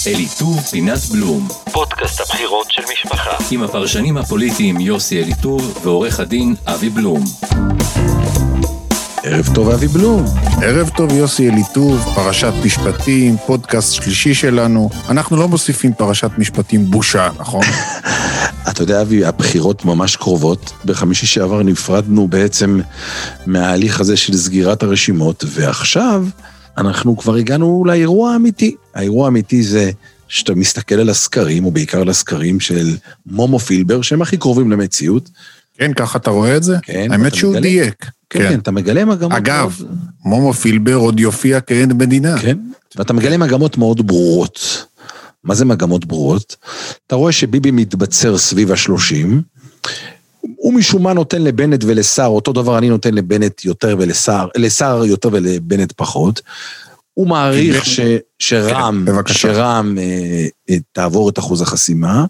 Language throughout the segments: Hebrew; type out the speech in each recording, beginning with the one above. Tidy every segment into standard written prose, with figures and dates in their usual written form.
אליטוב פינת בלום, פודקאסט הבחירות של משפחה, עם הפרשנים הפוליטיים יוסי אליטוב ועורך הדין אבי בלום. ערב טוב אבי בלום. ערב טוב יוסי אליטוב, פרשת משפטים, פודקאסט שלישי שלנו. אנחנו לא מוסיפים פרשת משפטים בושה, נכון? אתה יודע אבי, הבחירות ממש קרובות. בחמישי שעבר נפרדנו בעצם מההליך הזה של סגירת הרשימות, ועכשיו אנחנו כבר הגענו לאירוע האמיתי. האירוע האמיתי זה שאתה מסתכל על הסקרים, ובעיקר על הסקרים של מומו פילבר, שהם הכי קרובים למציאות. כן, ככה אתה רואה את זה? כן. האמת שהוא דייק. כן, אתה מגלה מגמות. אגב, מומו פילבר עוד יופיע כעד מדינה. כן, ואתה מגלה מגמות מאוד ברורות. מה זה מגמות ברורות? אתה רואה שביבי מתבצר סביב ה-30, הוא משום מה נותן לבנט ולשר, אותו דבר אני נותן לבנט יותר ולשר יותר ולבנט פחות, הוא מעריך שרם תעבור את אחוז החסימה,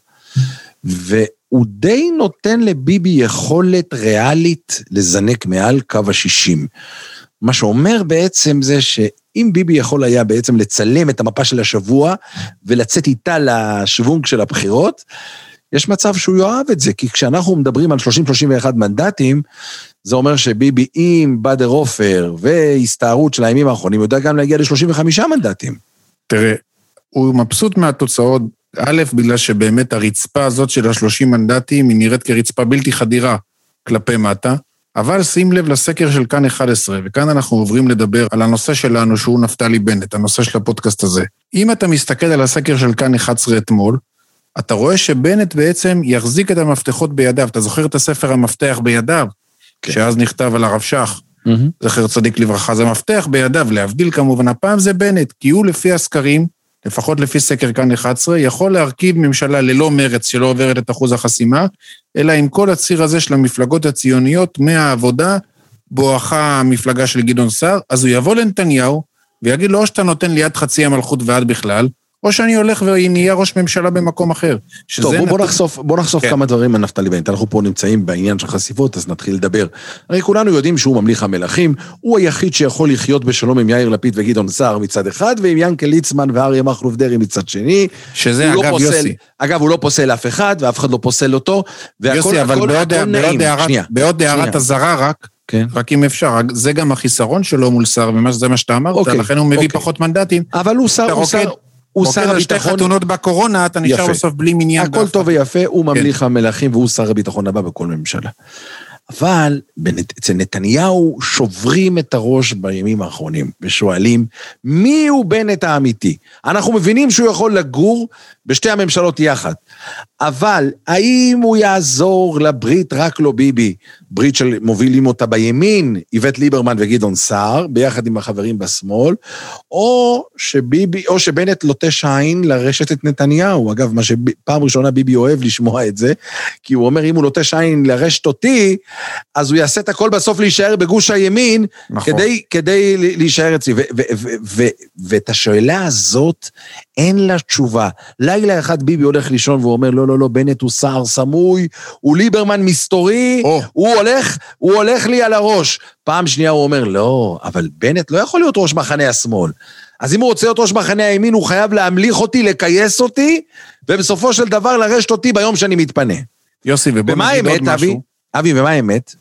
והוא די נותן לביבי יכולת ריאלית לזנק מעל קו ה-60. מה שאומר בעצם זה שאם ביבי יכול היה בעצם לצלם את המפה של השבוע, ולצאת איתה לשוונג של הבחירות, יש מצב שהוא יאהב את זה, כי כשאנחנו מדברים על 30-31 מנדטים, זה אומר שביבי עם בדר עופר והסתערות של הימים האחרונים, יודע גם להגיע ל-35 מנדטים. תראה, הוא מבסוט מהתוצאות, א', בגלל שבאמת הרצפה הזאת של ה-30 מנדטים, היא נראית כרצפה בלתי חדירה כלפי מטה, אבל שים לב לסקר של כאן 11, וכאן אנחנו עוברים לדבר על הנושא שלנו, שהוא נפתלי בנט, הנושא של הפודקאסט הזה. אם אתה מסתכל על הסקר של כאן 11 אתמול, אתה רואה שבנט בעצם יחזיק את המפתחות בידיו. אתה זוכר את הספר המפתח בידיו, כן. שאז נכתב על הרב שך, זכר צדיק לברכה, זה מפתח בידיו, להבדיל כמובן, הפעם זה בנט, כי הוא לפי הסקרים, לפחות לפי סקר כאן 11, יכול להרכיב ממשלה ללא מרץ שלא עוברת את אחוז החסימה, אלא עם כל הציר הזה של המפלגות הציוניות מהעבודה, בואכה המפלגה של גדעון סער, אז הוא יבוא לנתניהו, ויגיד לו, או שאתה נותן לי עד חצי המלכות ועד בכלל, או שאני הולך ונהיה ראש ממשלה במקום אחר. טוב, בוא נחשוף כמה דברים מנפתלי בנט. אנחנו פה נמצאים בעניין של חשיפות, אז נתחיל לדבר. הרי כולנו יודעים שהוא ממליך המלכים, הוא היחיד שיכול לחיות בשלום עם יאיר לפיד וגדעון סער מצד אחד, ועם ינקל ליצמן ואריה מכלוף דרעי מצד שני. שזה אגב יוסי. אגב, הוא לא פוסל אף אחד, ואף אחד לא פוסל אותו. יוסי, אבל בעוד הערת הזרה רק אם אפשר, זה גם החיסרון שלו מול סער, וזה מה שאתה אמרת, לכן הוא מביא פחות מנדטים. אבל הוא שר הביטחון. שתי חתונות בקורונה, אתה נשאר בסוף בלי מניין. הכל טוב ויפה, הוא ממליך המלכים, והוא שר הביטחון הבא בכל ממשלה. אבל אצל נתניהו שוברים את הראש בימים האחרונים, ושואלים, מי הוא בנט האמיתי? אנחנו מבינים שהוא יכול לגור בשתי הממשלות יחד, אבל האם הוא יעזור לברית רק לא ביבי, ברית שמובילים אותה בימין, איווט ליברמן וגדעון סער, ביחד עם החברים בשמאל, או שבנט לוטש עין לרשת את נתניהו, אגב, מה שפעם ראשונה ביבי אוהב לשמוע את זה, כי הוא אומר, אם הוא לוטש עין לרשת אותי, אז הוא יעשה את הכל בסוף להישאר בגוש הימין, נכון. כדי להישאר אצלי, ואת השאלה הזאת, אין לה תשובה. לילה אחד ביבי הולך לישון והוא אומר, לא, בנט הוא סער סמוי, הוא ליברמן מסתורי, הוא הולך לי על הראש. פעם שנייה הוא אומר, לא, אבל בנט לא יכול להיות ראש מחנה השמאל. אז אם הוא רוצה להיות ראש מחנה הימין, הוא חייב להמליך אותי, לקייס אותי, ובסופו של דבר לרשת אותי ביום שאני מתפנה. יוסי, ובוא נגיד עוד משהו. אבי, ומה האמת?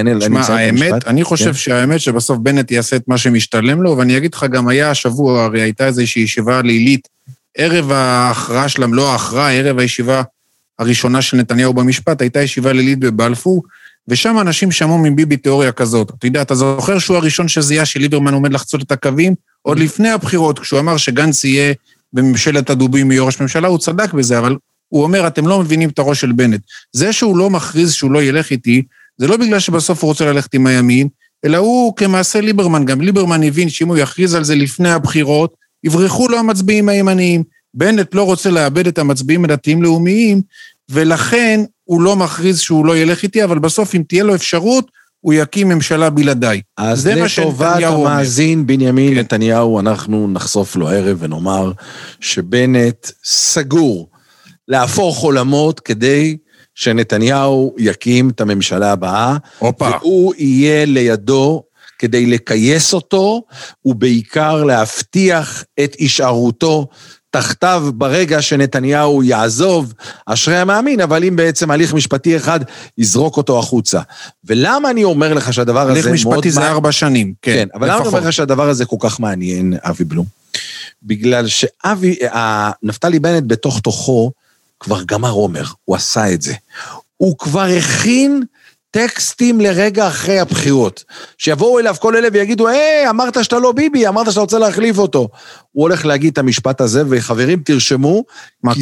אני חושב שהאמת שבסוף בנט יעשה את מה שמשתלם לו, ואני אגיד לך גם היה השבוע, הרי הייתה איזושהי ישיבה לילית, ערב ההכרעה שלהם, לא ההכרעה, ערב הישיבה הראשונה של נתניהו במשפט, הייתה ישיבה לילית בבלפור, ושם אנשים שמעו מביבי תיאוריה כזאת. אתה יודע, אתה זוכר שהוא הראשון שזיהה שליברמן עומד לחצות את הקווים, עוד לפני הבחירות, כשהוא אמר שגנץ יהיה בממשלת הדובים מיורש ממשלה, הוא צדק בזה, אבל הוא אומר, אתם לא מבינים את הראש של בנט. זה שהוא לא מכריז שהוא לא ילך איתי, זה לא בגלל שבסוף הוא רוצה ללכת עם הימין, אלא הוא כמעשה ליברמן, גם ליברמן הבין שאם הוא יכריז על זה לפני הבחירות, יברחו לו המצביעים הימניים, בנט לא רוצה לאבד את המצביעים הדתיים לאומיים, ולכן הוא לא מכריז שהוא לא ילך איתי, אבל בסוף אם תהיה לו אפשרות, הוא יקים ממשלה בלעדיי. אז לטובת המאזין בנימין נתניהו, אנחנו נחשוף לו ערב ונאמר שבנט סגור להפוך עולמות כדי שנתניהו יקים את הממשלה הבאה, והוא יהיה לידו כדי לקייס אותו, ובעיקר להבטיח את הישארותו תחתיו ברגע שנתניהו יעזוב, אשרי המאמין, אבל אם בעצם הליך משפטי אחד יזרוק אותו החוצה. ולמה אני אומר לך שהדבר הזה... הליך משפטי זה 4 שנים, כן. אבל למה אני אומר לך שהדבר הזה כל כך מעניין, אבי בלום? בגלל נפתלי בנט בתוך תוכו כבר גמר אומר, הוא עשה את זה. הוא כבר הכין טקסטים לרגע אחרי הבחירות, שיבואו אליו כל אלה ויגידו, אמרת שאתה לא ביבי, אמרת שאתה רוצה להחליף אותו. הוא הולך להגיד את המשפט הזה, וחברים תרשמו, כי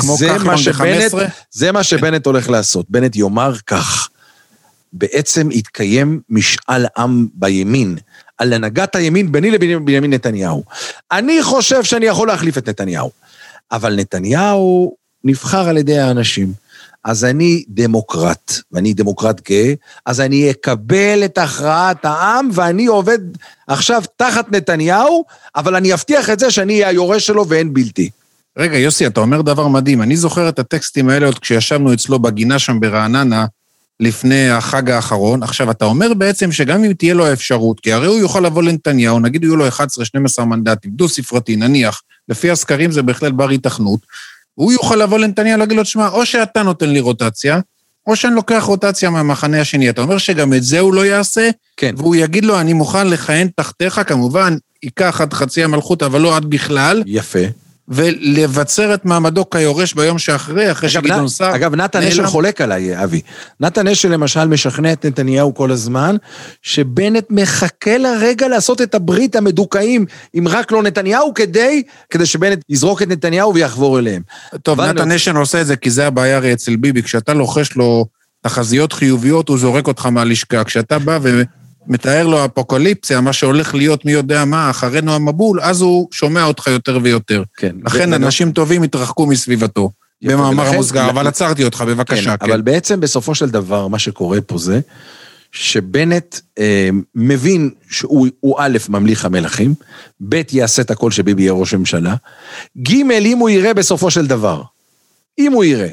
זה מה שבנט הולך לעשות. בנט יאמר כך, בעצם יתקיים משאל עם בימין, על הנהגת הימין ביני לבנימין נתניהו. אני חושב שאני יכול להחליף את נתניהו, אבל נתניהו נבחר על ידי האנשים. אז אני דמוקרט, ואני דמוקרט גאה, אז אני אקבל את הכרעת העם, ואני עובד עכשיו תחת נתניהו, אבל אני אבטיח את זה שאני אהיה היורש שלו ואין בלתי. רגע, יוסי, אתה אומר דבר מדהים, אני זוכר את הטקסטים האלה עוד כשישבנו אצלו בגינה שם ברעננה, לפני החג האחרון. עכשיו, אתה אומר בעצם שגם אם תהיה לו האפשרות, כי הרי הוא יוכל לבוא לנתניהו, נגיד יהיו לו 11-12 מנדטים, דו ספרתי, נניח, לפי הסקרים זה בהחלט בר התכנות, הוא יוכל לבוא לנתניהו להגיד לו, תשמע, או שאתה נותן לי רוטציה, או שאני לוקח רוטציה מהמחנה השני. אתה אומר שגם את זה הוא לא יעשה, כן. והוא יגיד לו, אני מוכן לכהן תחתיך, כמובן, ייקח עד חצי המלכות, אבל לא עד בכלל. יפה. ולבצר את מעמדו כיורש ביום שאחרי, אחרי שגדעון סער. אגב, נתן אשל חולק עליי, אבי. נתן אשל למשל משכנע את נתניהו כל הזמן, שבנט מחכה לרגע לעשות את הברית המדוכאים, אם רק לא נתניהו, כדי שבנט יזרוק את נתניהו ויחבור אליהם. טוב, נתן אשל עושה את זה, כי זה הבעיה הרי אצל ביבי, כשאתה לוחש לו תחזיות חיוביות, הוא זורק אותך מהלשכה. כשאתה בא מתאר לו אפוקליפסיה, מה שהולך להיות מי יודע מה, אחרינו המבול, אז הוא שומע אותך יותר ויותר. כן. לכן אנשים טובים התרחקו מסביבתו, במאמר המוסגר, אבל עצרתי אותך, בבקשה. כן, אבל בעצם בסופו של דבר, מה שקורה פה זה, שבנט מבין שהוא א' ממליך המלכים, ב' יעשה את הכל שביבי יהיה ראש ממשלה, ג' אם הוא יראה בסופו של דבר, אם הוא יראה,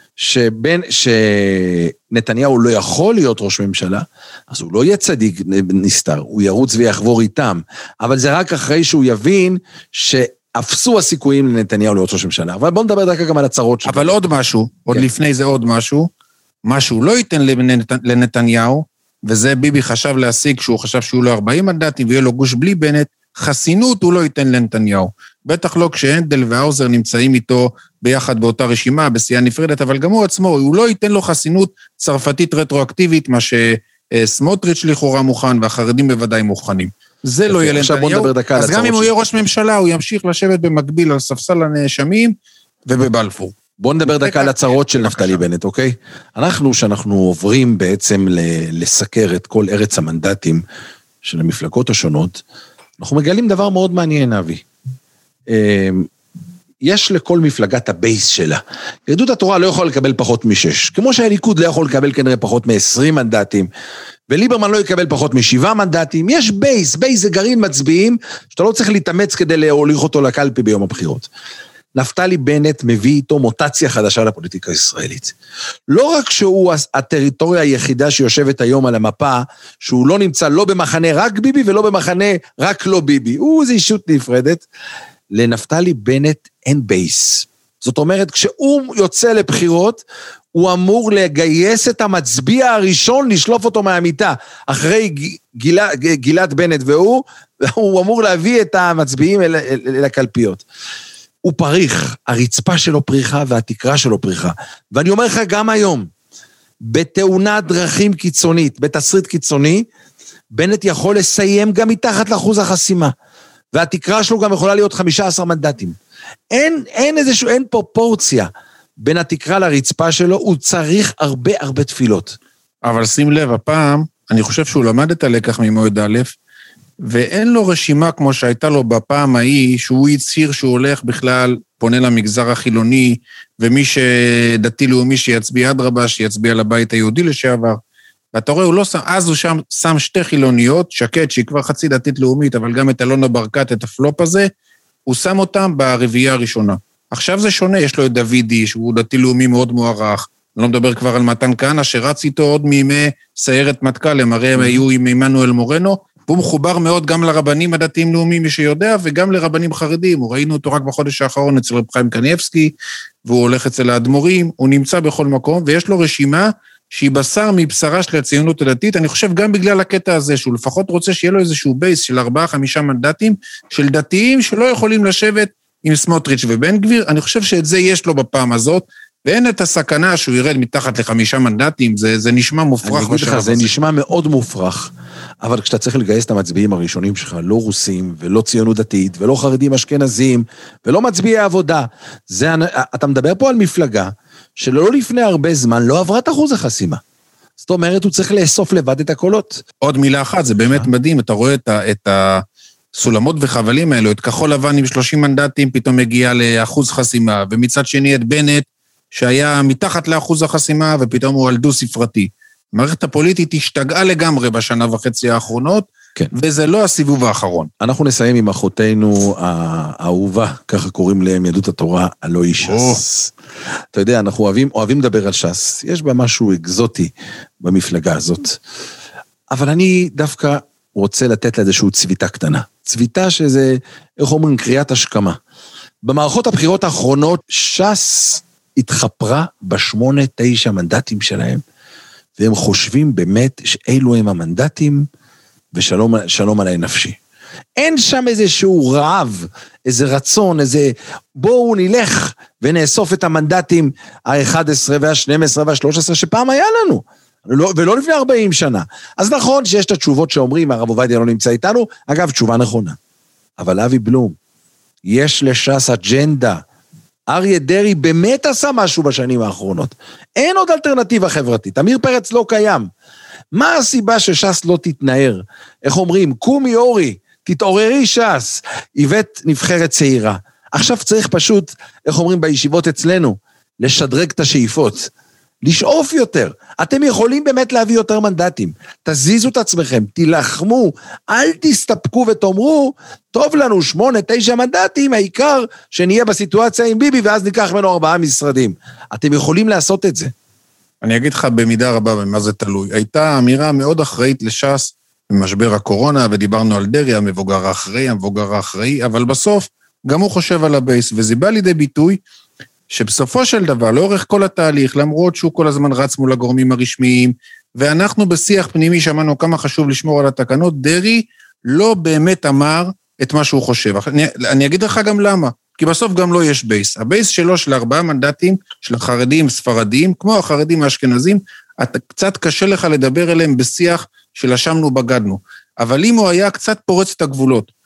שנתניהו לא יכול להיות ראש ממשלה, אז הוא לא יהיה צדיק נסתר, הוא ירוץ ויחבור איתם, אבל זה רק אחרי שהוא יבין שאפסו הסיכויים לנתניהו להיות ראש ממשלה. אבל בואו נדבר דקה גם על הצרות שלו. אבל עוד משהו, עוד לפני זה עוד משהו, משהו לא ייתן לנתניהו, וזה ביבי חשב להשיג, שהוא חשב שהוא לא 40 מנדטים, ויהיה לו גוש בלי בנט, חסינות הוא לא ייתן לנתניהו. בטח לא כשהנדל והאוזר נמצאים איתו ביחד באותה רשימה, בסיעה נפרדת, אבל גם הוא עצמו, הוא לא ייתן לו חסינות צרפתית רטרואקטיבית, מה שסמוטריץ' לכאורה מוכן, והחרדים בוודאי מוכנים. זה לא יהיה לנתניהו, אז גם אם הוא יהיה ראש ממשלה, הוא ימשיך לשבת במקביל על ספסל הנאשמים ובבלפור. בואו נדבר דקה על הצרות של נפתלי בנט, אוקיי? שאנחנו עוברים בעצם לסקר את כל ארץ המנדטים של המפלגות השונות, אנחנו מגלים דבר מאוד מעניין, אבי. יש לכל מפלגת הבייס שלה. יהדות התורה לא יכול לקבל פחות מ6, כמו שהליכוד לא יכול לקבל כנראה פחות מ20 מנדטים, וליברמן לא יקבל פחות מ7 מנדטים. יש בייס זה גרעין מצביעים, שאתה לא צריך להתאמץ כדי להוליך אותו לקלפי ביום הבחירות. נפתלי בנט מביא איתו מוטציה חדשה לפוליטיקה הישראלית. לא רק שהוא הטריטוריה היחידה שיושבת היום על המפה, שהוא לא נמצא לא במחנה רק ביבי ולא במחנה רק לא ביבי, הוא זה אישות נפרדת, לנפתלי בנט אין בייס. זאת אומרת, כשהוא יוצא לבחירות, הוא אמור לגייס את המצביע הראשון, לשלוף אותו מהמיטה, אחרי גילת בנט והוא אמור להביא את המצביעים אל הקלפיות. הוא פריך, הרצפה שלו פריחה והתקרה שלו פריחה. ואני אומר לך גם היום, בתאונת דרכים קיצונית, בתסריט קיצוני, בנט יכול לסיים גם מתחת לאחוז החסימה. והתקרה שלו גם יכולה להיות 15 מנדטים. אין פרופורציה בין התקרה לרצפה שלו, הוא צריך הרבה תפילות. אבל שים לב, הפעם, אני חושב שהוא למד את הלקח ממועד א', ואין לו רשימה כמו שהייתה לו בפעם ההיא, שהוא הצהיר שהוא הולך בכלל, פונה למגזר החילוני, ומי שדתי לאומי שיצביע אדרבה, שיצביע לבית היהודי לשעבר, ואתה רואה, הוא לא שם, אז הוא שם 2 חילוניות, שקט שהיא כבר חצי דתית לאומית, אבל גם את אלונה ברקת, את הפלופ הזה, הוא שם אותם ברביעייה הראשונה. עכשיו זה שונה, יש לו את דוידי, שהוא דתי לאומי מאוד מוערך, אני לא מדבר כבר על מתן כהנא, שרץ איתו עוד מימי סיירת מטכ"ל, הם הרי היו עם עמנואל מורנו, והוא מחובר מאוד גם לרבנים הדתיים לאומיים, מי שיודע, וגם לרבנים חרדים. ראינו אותו רק בחודש האחרון אצל רב חיים קניאבסקי, והוא הולך אצל האדמו"רים, הוא נמצא בכל מקום, ויש לו רשימה שהיא בשר מבשרה של הציונות הדתית. אני חושב גם בגלל הקטע הזה, שהוא לפחות רוצה שיהיה לו איזשהו בייס של 4-5 מנדטים, של דתיים שלא יכולים לשבת עם סמוטריץ' ובן גביר. אני חושב שאת זה יש לו בפעם הזאת, ואין את הסכנה שהוא ירד מתחת ל5 מנדטים, זה נשמע מופרך. אני אגיד לך, זה נשמע מאוד מופרך, אבל כשאתה צריך לגייס את המצביעים הראשונים שלך, לא רוסים ולא ציונות דתית, ולא חרדים אשכנזים, ולא מצביעי עבודה, אתה מדבר פה על מפלגה, שלא לפני הרבה זמן לא עברה את אחוז החסימה. זאת אומרת, הוא צריך לאסוף לבד את הקולות. עוד מילה אחת, זה באמת מדהים, אתה רואה את הסולמות וחבלים האלו, את כחול לבן עם 30 מנדטים, פתאום מגיע לאחוז חסימה, ומצד שני את בנט, שהיה מתחת לאחוז החסימה, ופתאום הוא על דו ספרתי. המערכת הפוליטית השתגעה לגמרי בשנה וחצי האחרונות, כן. וזה לא הסיבוב האחרון. אנחנו נסיים עם אחותינו האהובה, ככה קוראים להם יהדות התורה, הלא היא ש"ס. אתה יודע, אנחנו אוהבים לדבר על ש"ס, יש בה משהו אקזוטי במפלגה הזאת. אבל אני דווקא רוצה לתת לה איזושהי צביטה קטנה. צביטה שזה, איך אומרים, קריאת השכמה. במערכות הבחירות האחרונות, ש"ס התחפרה ב8-9 מנדטים שלהם, והם חושבים באמת שאלו הם המנדטים, ושלום עליי נפשי. אין שם איזשהו רעב, איזה רצון, איזה בואו נלך ונאסוף את המנדטים ה-11 וה-12 וה-13 שפעם היה לנו, ולא לפני 40 שנה. אז נכון שיש את התשובות שאומרים, הרב עובדיה לא נמצא איתנו, אגב, תשובה נכונה. אבל אבי בלום, יש לש"ס אג'נדה, אריה דרעי באמת עשה משהו בשנים האחרונות. אין עוד אלטרנטיבה חברתית. אמיר פרץ לא קיים. מה הסיבה שש"ס לא תתנער? איך אומרים? קומי אורי, תתעוררי ש"ס. איבט נבחרת צעירה. עכשיו צריך פשוט, איך אומרים בישיבות אצלנו, לשדרג את השאיפות. לשאוף יותר. אתם יכולים באמת להביא יותר מנדטים. תזיזו את עצמכם, תילחמו, אל תסתפקו ותאמרו, טוב לנו 8-9 מנדטים, העיקר שנהיה בסיטואציה עם ביבי, ואז ניקח ממנו 4 משרדים. אתם יכולים לעשות את זה. אני אגיד לך במידה רבה במה זה תלוי. הייתה אמירה מאוד אחראית לש"ס במשבר הקורונה, ודיברנו על דרעי, המבוגר האחראי, אבל בסוף גם הוא חושב על הבייס, וזה בא לידי ביטוי, שבסופו של דבר, לאורך כל התהליך, למרות שהוא כל הזמן רץ מול הגורמים הרשמיים, ואנחנו בשיח פנימי שמענו כמה חשוב לשמור על התקנות, דרעי לא באמת אמר את מה שהוא חושב. אני אגיד לך גם למה, כי בסוף גם לא יש בייס. הבייס שלו של 4 מנדטים, של החרדים ספרדים, כמו החרדים האשכנזים, קצת קשה לך לדבר אליהם בשיח שלשמנו בגדנו. אבל אם הוא היה קצת פורץ את הגבולות,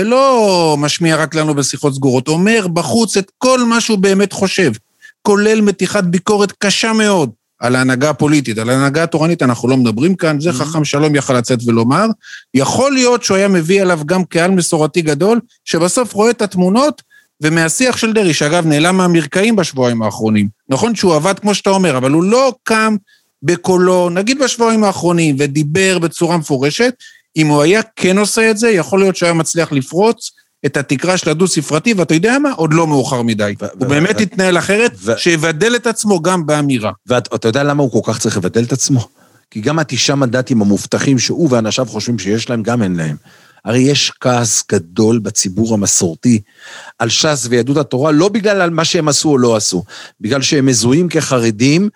ולא משמיע רק לנו בשיחות סגורות, אומר בחוץ את כל מה שהוא באמת חושב, כולל מתיחת ביקורת קשה מאוד על ההנהגה הפוליטית, על ההנהגה התורנית, אנחנו לא מדברים כאן, זה חכם שלום יכל לצאת ולומר, יכול להיות שהוא היה מביא עליו גם קהל מסורתי גדול, שבסוף רואה את התמונות, ומהשיח של דרעי, שאגב נעלם מהמרקעים בשבועיים האחרונים, נכון שהוא עבד כמו שאתה אומר, אבל הוא לא קם בקולו, נגיד בשבועיים האחרונים, ודיבר בצורה מפורשת, אם הוא היה כן עושה את זה, יכול להיות שהוא היה מצליח לפרוץ את התקרה של הדו ספרתי, ואתה יודע מה? עוד לא מאוחר מדי. הוא באמת יתנהל אחרת, שיבדל את עצמו גם באמירה. ואתה יודע למה הוא כל כך צריך לבדל את עצמו? כי גם 9 מנדטים המובטחים שהוא ואנשיו חושבים שיש להם, גם אין להם. הרי יש כעס גדול בציבור המסורתי על ש"ס ויהדות התורה, לא בגלל מה שהם עשו או לא עשו, בגלל שהם מזוהים כחרדים,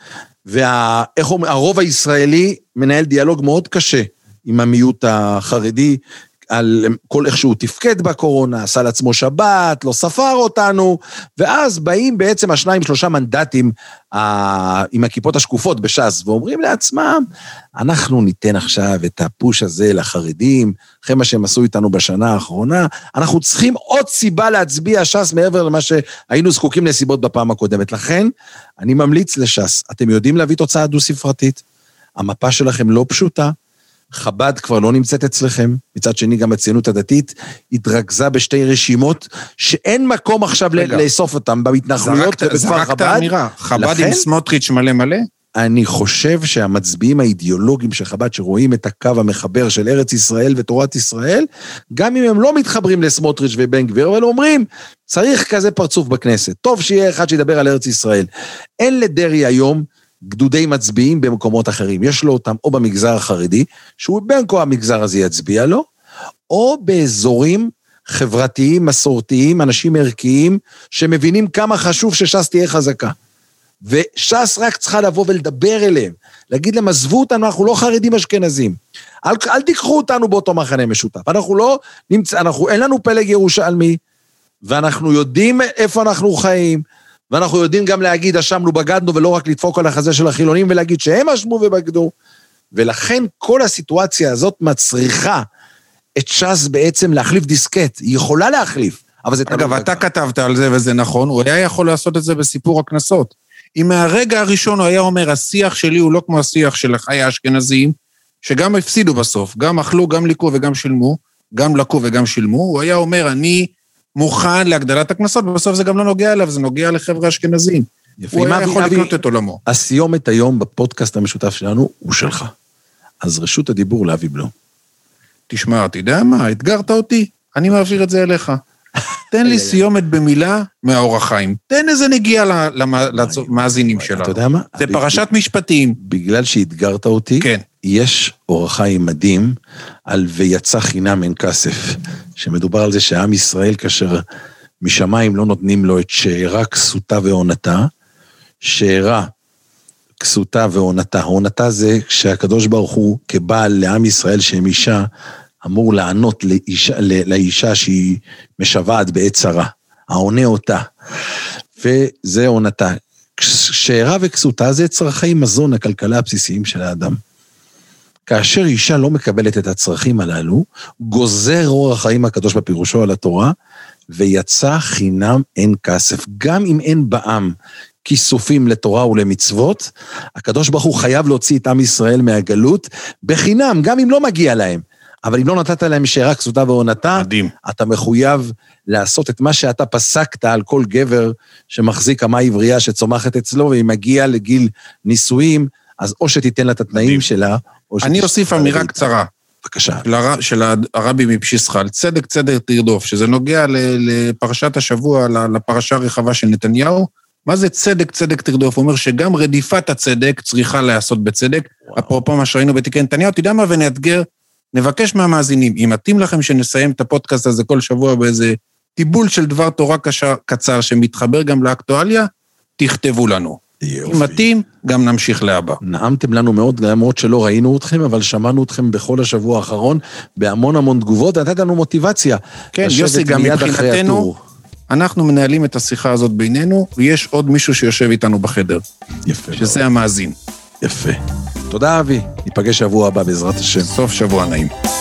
והרוב הישראלי מנהל דיאלוג מאוד קשה עם המיעוט החרדי, על כל איך שהוא תפקד בקורונה, עשה לעצמו שבת, לא ספר אותנו, ואז באים בעצם 2-3 מנדטים עם הכיפות השקופות בש"ס, ואומרים לעצמם, אנחנו ניתן עכשיו את הפוש הזה לחרדים, אחרי מה שהם עשו איתנו בשנה האחרונה, אנחנו צריכים עוד סיבה להצביע ש"ס מעבר למה שהיינו זקוקים לסיבות בפעם הקודמת. לכן, אני ממליץ לש"ס, אתם יודעים להביא תוצאה דו-ספרתית, המפה שלכם לא פשוטה, חב"ד כבר לא נמצאת אצלכם, מצד שני גם הציונות הדתית התרכזה בשתי רשימות, שאין מקום עכשיו לאסוף אותם במתנחלויות ובכפר חב"ד. האמירה, חב"ד עם סמוטריץ' מלא מלא? אני חושב שהמצביעים האידיאולוגיים של חב"ד, שרואים את הקו המחבר של ארץ ישראל ותורת ישראל, גם אם הם לא מתחברים לסמוטריץ' ובן גביר, אבל אומרים, צריך כזה פרצוף בכנסת, טוב שיהיה אחד שידבר על ארץ ישראל. אין לדרעי היום גדודי מצביעים במקומות אחרים, יש לו אותם או במגזר החרדי, שהוא בין כה המגזר הזה יצביע לו, או באזורים חברתיים, מסורתיים, אנשים ערכיים, שמבינים כמה חשוב שש"ס תהיה חזקה. וש"ס רק צריכה לבוא ולדבר אליהם, להגיד להם, עזבו אותנו, אנחנו לא חרדים אשכנזים, אל תיקחו אותנו באותו מחנה משותף, אין לנו פלג ירושלמי, ואנחנו יודעים איפה אנחנו חיים, ואנחנו יודעים גם להגיד, אשמנו בגדנו, ולא רק לדפוק על החזה של החילונים, ולהגיד שהם אשמו ובגדו, ולכן כל הסיטואציה הזאת מצריכה את ש"ס בעצם להחליף דיסקט, היא יכולה להחליף, אבל זה... אגב, אתה כתבת על זה וזה נכון, הוא היה יכול לעשות את זה בסיפור הכנסות. אם מהרגע הראשון הוא היה אומר, השיח שלי הוא לא כמו השיח של חיי האשכנזים, שגם הפסידו בסוף, גם אכלו, גם ליקו וגם שילמו, גם לקו וגם שילמו, הוא היה אומר, אני מוכן להגדלת הכנסות, ובסוף זה גם לא נוגע אליו, זה נוגע לחבר'ה אשכנזים. הוא היה יכול לקנות את עולמו. הסיומת היום בפודקאסט המשותף שלנו הוא שלך. אז רשות הדיבור לאבי בלום. תשמע, אתה יודע מה, התגרת אותי, אני מעביר את זה אליך. תן לי סיומת במילה מהאור החיים. תן איזה נגיע למאזינים שלה. אתה יודע מה? זה פרשת משפטים. בגלל שהתגרת אותי, יש אור החיים מדהים על ויצא חינם אין כסף, שמדובר על זה שעם ישראל כאשר משמיים לא נותנים לו את שארה, כסותה ועונתה, שארה, כסותה ועונתה. העונתה זה שהקדוש ברוך הוא כבעל לעם ישראל שהם אישה, אמור לענות לאישה שהיא משוועת בעת צרה, העונה אותה, וזה עונתה. שארה וכסותה זה צרכי מזון, הכלכלה הבסיסיים של האדם. כאשר אישה לא מקבלת את הצרכים הללו, גוזר אור החיים הקדוש בפירושו על התורה, ויצא חינם אין כסף. גם אם אין בעם כיסופים לתורה ולמצוות, הקדוש ברוך הוא חייב להוציא את עם ישראל מהגלות, בחינם, גם אם לא מגיע להם. אבל אם לא נתת להם שארה, כסותה ועונתה, אתה מחויב לעשות את מה שאתה פסקת על כל גבר שמחזיק אמה עברייה שצומחת אצלו, והיא מגיעה לגיל נישואים, אז או שתיתן לה את התנאים שלה, אני אוסיף אמירה קצרה. בבקשה. של הרבי מפשיסחל, צדק צדק תרדוף, שזה נוגע לפרשת השבוע, לפרשה הרחבה של נתניהו. מה זה צדק צדק תרדוף? הוא אומר שגם רדיפת הצדק צריכה לעשות בצדק. אפרופו מה שראינו בתיקי נתניהו, אתה יודע מה, ונאתגר, נבקש מהמאזינים, אם מתאים לכם שנסיים את הפודקאסט הזה כל שבוע באיזה טיבול של דבר תורה קצר שמתחבר גם לאקטואליה, תכתבו לנו. אם מתאים, גם נמשיך להבא. נעמתם לנו מאוד, למרות שלא ראינו אתכם, אבל שמענו אתכם בכל השבוע האחרון, בהמון המון תגובות, נתת לנו מוטיבציה. כן, יוסי, גם מבחינתנו, אנחנו מנהלים את השיחה הזאת בינינו, ויש עוד מישהו שיושב איתנו בחדר. יפה. שזה המאזין. יפה. תודה אבי, ניפגש שבוע הבא בעזרת השם. סוף שבוע נעים.